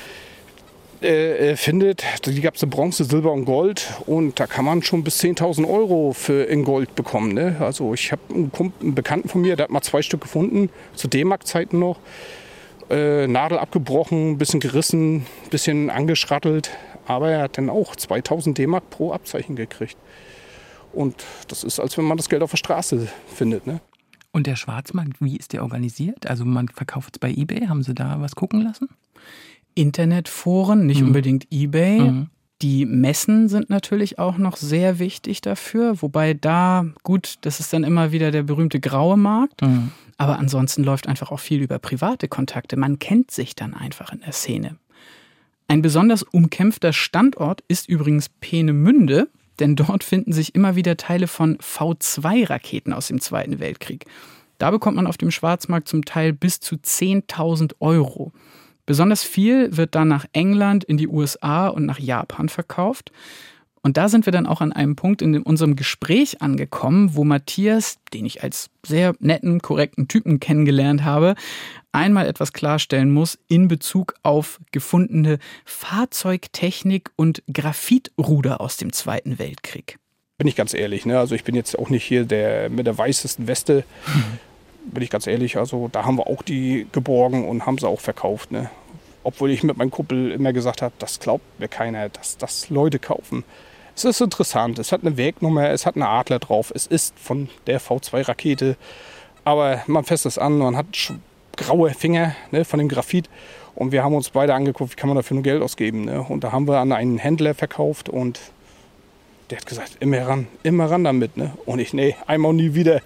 findet, die gab es in Bronze, Silber und Gold und da kann man schon bis 10.000 € in Gold bekommen. Ne? Also ich habe einen Bekannten von mir, der hat mal 2 Stück gefunden, zu D-Mark-Zeiten noch. Nadel abgebrochen, ein bisschen gerissen, ein bisschen angeschrattelt. Aber er hat dann auch 2.000 D-Mark pro Abzeichen gekriegt. Und das ist, als wenn man das Geld auf der Straße findet. Ne? Und der Schwarzmarkt, wie ist der organisiert? Also man verkauft es bei eBay, haben Sie da was gucken lassen? Internetforen, nicht unbedingt eBay. Die Messen sind natürlich auch noch sehr wichtig dafür. Wobei da, gut, das ist dann immer wieder der berühmte graue Markt. Aber ansonsten läuft einfach auch viel über private Kontakte. Man kennt sich dann einfach in der Szene. Ein besonders umkämpfter Standort ist übrigens Peenemünde, denn dort finden sich immer wieder Teile von V2-Raketen aus dem Zweiten Weltkrieg. Da bekommt man auf dem Schwarzmarkt zum Teil bis zu 10.000 €. Besonders viel wird dann nach England, in die USA und nach Japan verkauft. Und da sind wir dann auch an einem Punkt in unserem Gespräch angekommen, wo Matthias, den ich als sehr netten, korrekten Typen kennengelernt habe, einmal etwas klarstellen muss in Bezug auf gefundene Fahrzeugtechnik und Graphitruder aus dem Zweiten Weltkrieg. Bin ich ganz ehrlich, ne? Also ich bin jetzt auch nicht hier der mit der weißesten Weste. Bin ich ganz ehrlich, also da haben wir auch die geborgen und haben sie auch verkauft. Ne? Obwohl ich mit meinem Kumpel immer gesagt habe, das glaubt mir keiner, dass das Leute kaufen. Es ist interessant, es hat eine Wegnummer, es hat eine Adler drauf, es ist von der V2-Rakete. Aber man fasst es an, man hat graue Finger, ne, von dem Graphit. Und wir haben uns beide angeguckt, wie kann man dafür nur Geld ausgeben. Ne? Und da haben wir an einen Händler verkauft und der hat gesagt, immer ran damit. Ne? Und ich, nee, einmal und nie wieder.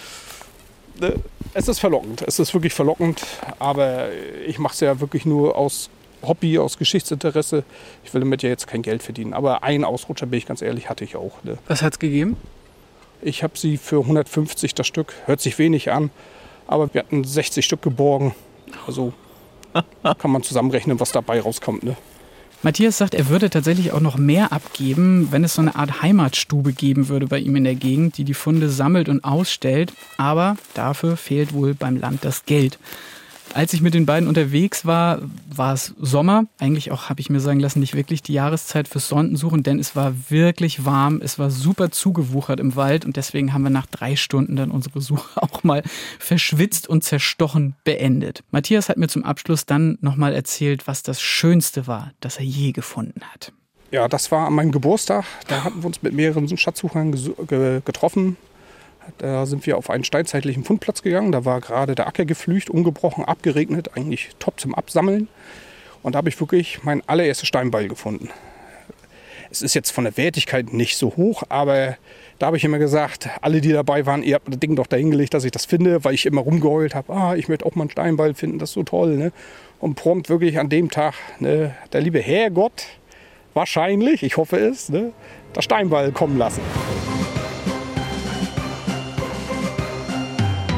Es ist verlockend, es ist wirklich verlockend, aber ich mache es ja wirklich nur aus Hobby, aus Geschichtsinteresse. Ich will damit ja jetzt kein Geld verdienen, aber einen Ausrutscher, bin ich ganz ehrlich, hatte ich auch. Ne? Was hat's gegeben? Ich habe sie für 150 das Stück, hört sich wenig an, aber wir hatten 60 Stück geborgen. Also kann man zusammenrechnen, was dabei rauskommt. Ne? Matthias sagt, er würde tatsächlich auch noch mehr abgeben, wenn es so eine Art Heimatstube geben würde bei ihm in der Gegend, die die Funde sammelt und ausstellt. Aber dafür fehlt wohl beim Land das Geld. Als ich mit den beiden unterwegs war, war es Sommer. Eigentlich auch, habe ich mir sagen lassen, nicht wirklich die Jahreszeit fürs Sondensuchen, denn es war wirklich warm. Es war super zugewuchert im Wald und deswegen haben wir nach 3 Stunden dann unsere Suche auch mal verschwitzt und zerstochen beendet. Matthias hat mir zum Abschluss dann nochmal erzählt, was das Schönste war, das er je gefunden hat. Ja, das war an meinem Geburtstag. Da hatten wir uns mit mehreren Schatzsuchern getroffen. Da sind wir auf einen steinzeitlichen Fundplatz gegangen. Da war gerade der Acker geflücht, ungebrochen, abgeregnet, eigentlich top zum Absammeln. Und da habe ich wirklich meinen allerersten Steinbeil gefunden. Es ist jetzt von der Wertigkeit nicht so hoch, aber da habe ich immer gesagt, alle, die dabei waren, ihr habt das Ding doch dahingelegt, dass ich das finde, weil ich immer rumgeheult habe, ich möchte auch mal einen Steinbeil finden, das ist so toll. Ne? Und prompt wirklich an dem Tag, ne, der liebe Herrgott, wahrscheinlich, ich hoffe es, ne, das Steinbeil kommen lassen.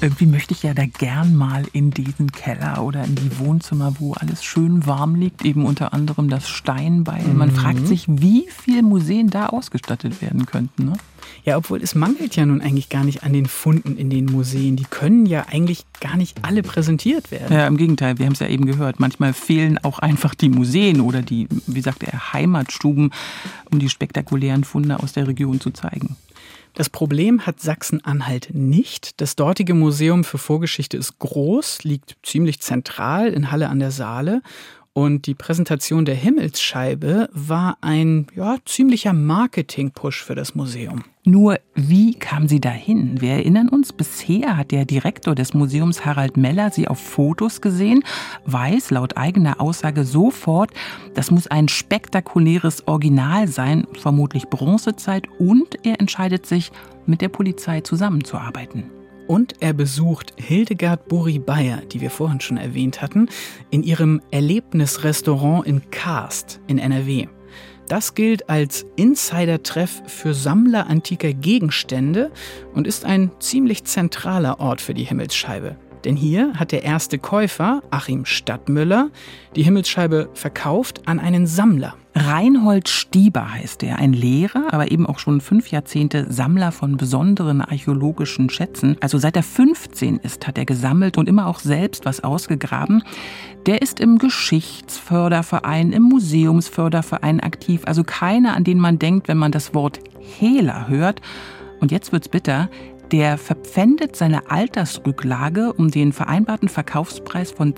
Irgendwie möchte ich ja da gern mal in diesen Keller oder in die Wohnzimmer, wo alles schön warm liegt, eben unter anderem das Steinbeil. Man fragt sich, wie viele Museen da ausgestattet werden könnten, ne? Ja, obwohl es mangelt ja nun eigentlich gar nicht an den Funden in den Museen. Die können ja eigentlich gar nicht alle präsentiert werden. Ja, im Gegenteil, wir haben es ja eben gehört. Manchmal fehlen auch einfach die Museen oder die, wie sagt er, Heimatstuben, um die spektakulären Funde aus der Region zu zeigen. Das Problem hat Sachsen-Anhalt nicht. Das dortige Museum für Vorgeschichte ist groß, liegt ziemlich zentral in Halle an der Saale. Und die Präsentation der Himmelsscheibe war ein ziemlicher Marketing-Push für das Museum. Nur, wie kam sie dahin? Wir erinnern uns, bisher hat der Direktor des Museums, Harald Meller, sie auf Fotos gesehen, weiß laut eigener Aussage sofort, das muss ein spektakuläres Original sein, vermutlich Bronzezeit, und er entscheidet sich, mit der Polizei zusammenzuarbeiten. Und er besucht Hildegard Buri-Beyer, die wir vorhin schon erwähnt hatten, in ihrem Erlebnisrestaurant in Karst in NRW. Das gilt als Insider-Treff für Sammler antiker Gegenstände und ist ein ziemlich zentraler Ort für die Himmelsscheibe. Denn hier hat der erste Käufer, Achim Stadtmüller, die Himmelsscheibe verkauft an einen Sammler. Reinhold Stieber heißt er, ein Lehrer, aber eben auch schon 5 Jahrzehnte Sammler von besonderen archäologischen Schätzen. Also seit er 15 ist, hat er gesammelt und immer auch selbst was ausgegraben. Der ist im Geschichtsförderverein, im Museumsförderverein aktiv. Also keiner, an den man denkt, wenn man das Wort Hehler hört. Und jetzt wird's bitter. Der verpfändet seine Altersrücklage, um den vereinbarten Verkaufspreis von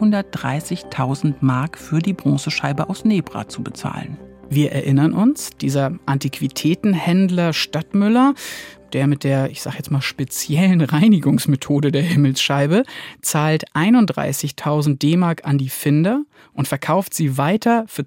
230.000 Mark für die Bronzescheibe aus Nebra zu bezahlen. Wir erinnern uns, dieser Antiquitätenhändler Stadtmüller, der mit der, ich sag jetzt mal, speziellen Reinigungsmethode der Himmelsscheibe, zahlt 31.000 D-Mark an die Finder und verkauft sie weiter für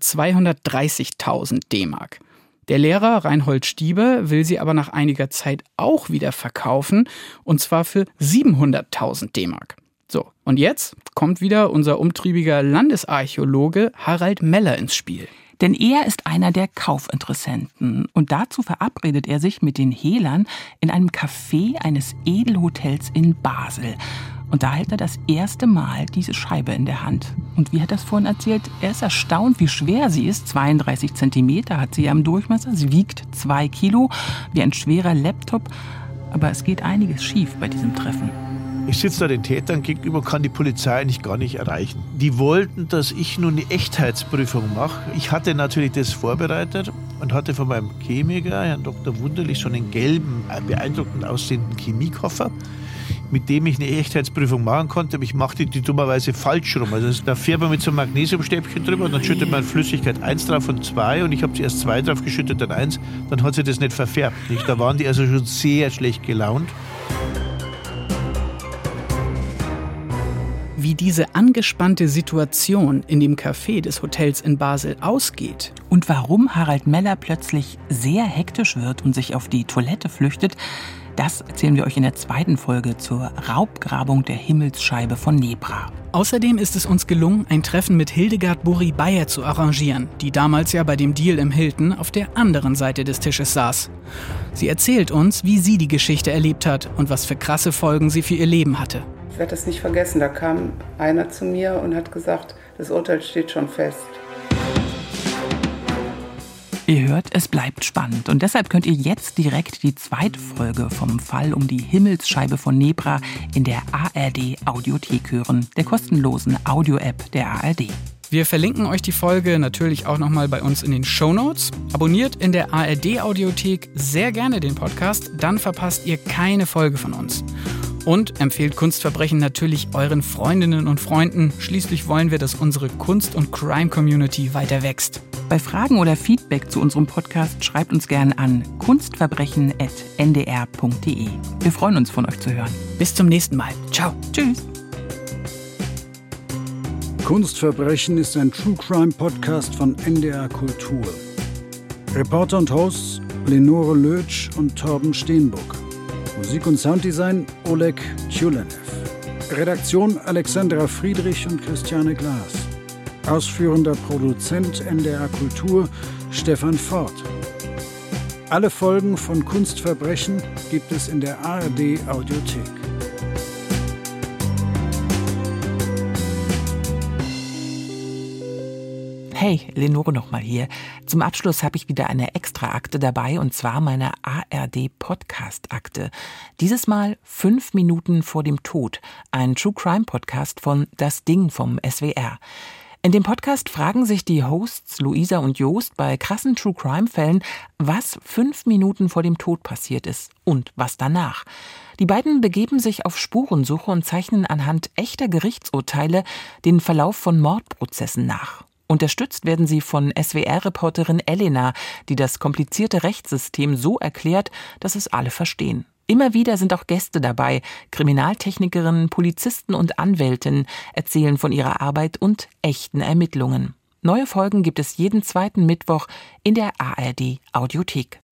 230.000 D-Mark. Der Lehrer Reinhold Stieber will sie aber nach einiger Zeit auch wieder verkaufen, und zwar für 700.000 D-Mark. So, und jetzt kommt wieder unser umtriebiger Landesarchäologe Harald Meller ins Spiel. Denn er ist einer der Kaufinteressenten. Und dazu verabredet er sich mit den Hehlern in einem Café eines Edelhotels in Basel. Und da hält er das erste Mal diese Scheibe in der Hand. Und wie hat er das vorhin erzählt? Er ist erstaunt, wie schwer sie ist. 32 Zentimeter hat sie am Durchmesser. Sie wiegt 2 Kilo, wie ein schwerer Laptop. Aber es geht einiges schief bei diesem Treffen. Ich sitze da den Tätern gegenüber, kann die Polizei eigentlich gar nicht erreichen. Die wollten, dass ich nun eine Echtheitsprüfung mache. Ich hatte natürlich das vorbereitet und hatte von meinem Chemiker, Herrn Dr. Wunderlich, schon einen gelben, beeindruckend aussehenden Chemiekoffer, mit dem ich eine Echtheitsprüfung machen konnte, aber ich machte die dummerweise falsch rum. Also da fährt man mit so einem Magnesiumstäbchen drüber und dann schüttet man Flüssigkeit 1 drauf und 2 und ich habe zuerst 2 drauf geschüttet, dann 1, dann hat sich das nicht verfärbt. Nicht? Da waren die also schon sehr schlecht gelaunt. Wie diese angespannte Situation in dem Café des Hotels in Basel ausgeht und warum Harald Meller plötzlich sehr hektisch wird und sich auf die Toilette flüchtet, das erzählen wir euch in der 2. Folge zur Raubgrabung der Himmelsscheibe von Nebra. Außerdem ist es uns gelungen, ein Treffen mit Hildegard Buri-Beyer zu arrangieren, die damals ja bei dem Deal im Hilton auf der anderen Seite des Tisches saß. Sie erzählt uns, wie sie die Geschichte erlebt hat und was für krasse Folgen sie für ihr Leben hatte. Ich werde das nicht vergessen, da kam einer zu mir und hat gesagt, das Urteil steht schon fest. Ihr hört, es bleibt spannend und deshalb könnt ihr jetzt direkt die 2. Folge vom Fall um die Himmelsscheibe von Nebra in der ARD-Audiothek hören, der kostenlosen Audio-App der ARD. Wir verlinken euch die Folge natürlich auch nochmal bei uns in den Shownotes. Abonniert in der ARD-Audiothek sehr gerne den Podcast, dann verpasst ihr keine Folge von uns. Und empfehlt Kunstverbrechen natürlich euren Freundinnen und Freunden. Schließlich wollen wir, dass unsere Kunst- und Crime-Community weiter wächst. Bei Fragen oder Feedback zu unserem Podcast schreibt uns gerne an kunstverbrechen@ndr.de. Wir freuen uns, von euch zu hören. Bis zum nächsten Mal. Ciao. Tschüss. Kunstverbrechen ist ein True-Crime-Podcast von NDR Kultur. Reporter und Hosts Lenore Lötsch und Torben Steenbuck. Musik und Sounddesign Oleg Tjulenev. Redaktion Alexandra Friedrich und Christiane Glas. Ausführender Produzent NDR Kultur Stefan Fort. Alle Folgen von Kunstverbrechen gibt es in der ARD Audiothek. Hey, Lenore nochmal hier. Zum Abschluss habe ich wieder eine Extraakte dabei, und zwar meine ARD-Podcast-Akte. Dieses Mal 5 Minuten vor dem Tod, ein True-Crime-Podcast von Das Ding vom SWR. In dem Podcast fragen sich die Hosts Luisa und Jost bei krassen True-Crime-Fällen, was 5 Minuten vor dem Tod passiert ist und was danach. Die beiden begeben sich auf Spurensuche und zeichnen anhand echter Gerichtsurteile den Verlauf von Mordprozessen nach. Unterstützt werden sie von SWR-Reporterin Elena, die das komplizierte Rechtssystem so erklärt, dass es alle verstehen. Immer wieder sind auch Gäste dabei. Kriminaltechnikerinnen, Polizisten und Anwältinnen erzählen von ihrer Arbeit und echten Ermittlungen. Neue Folgen gibt es jeden 2. Mittwoch in der ARD-Audiothek.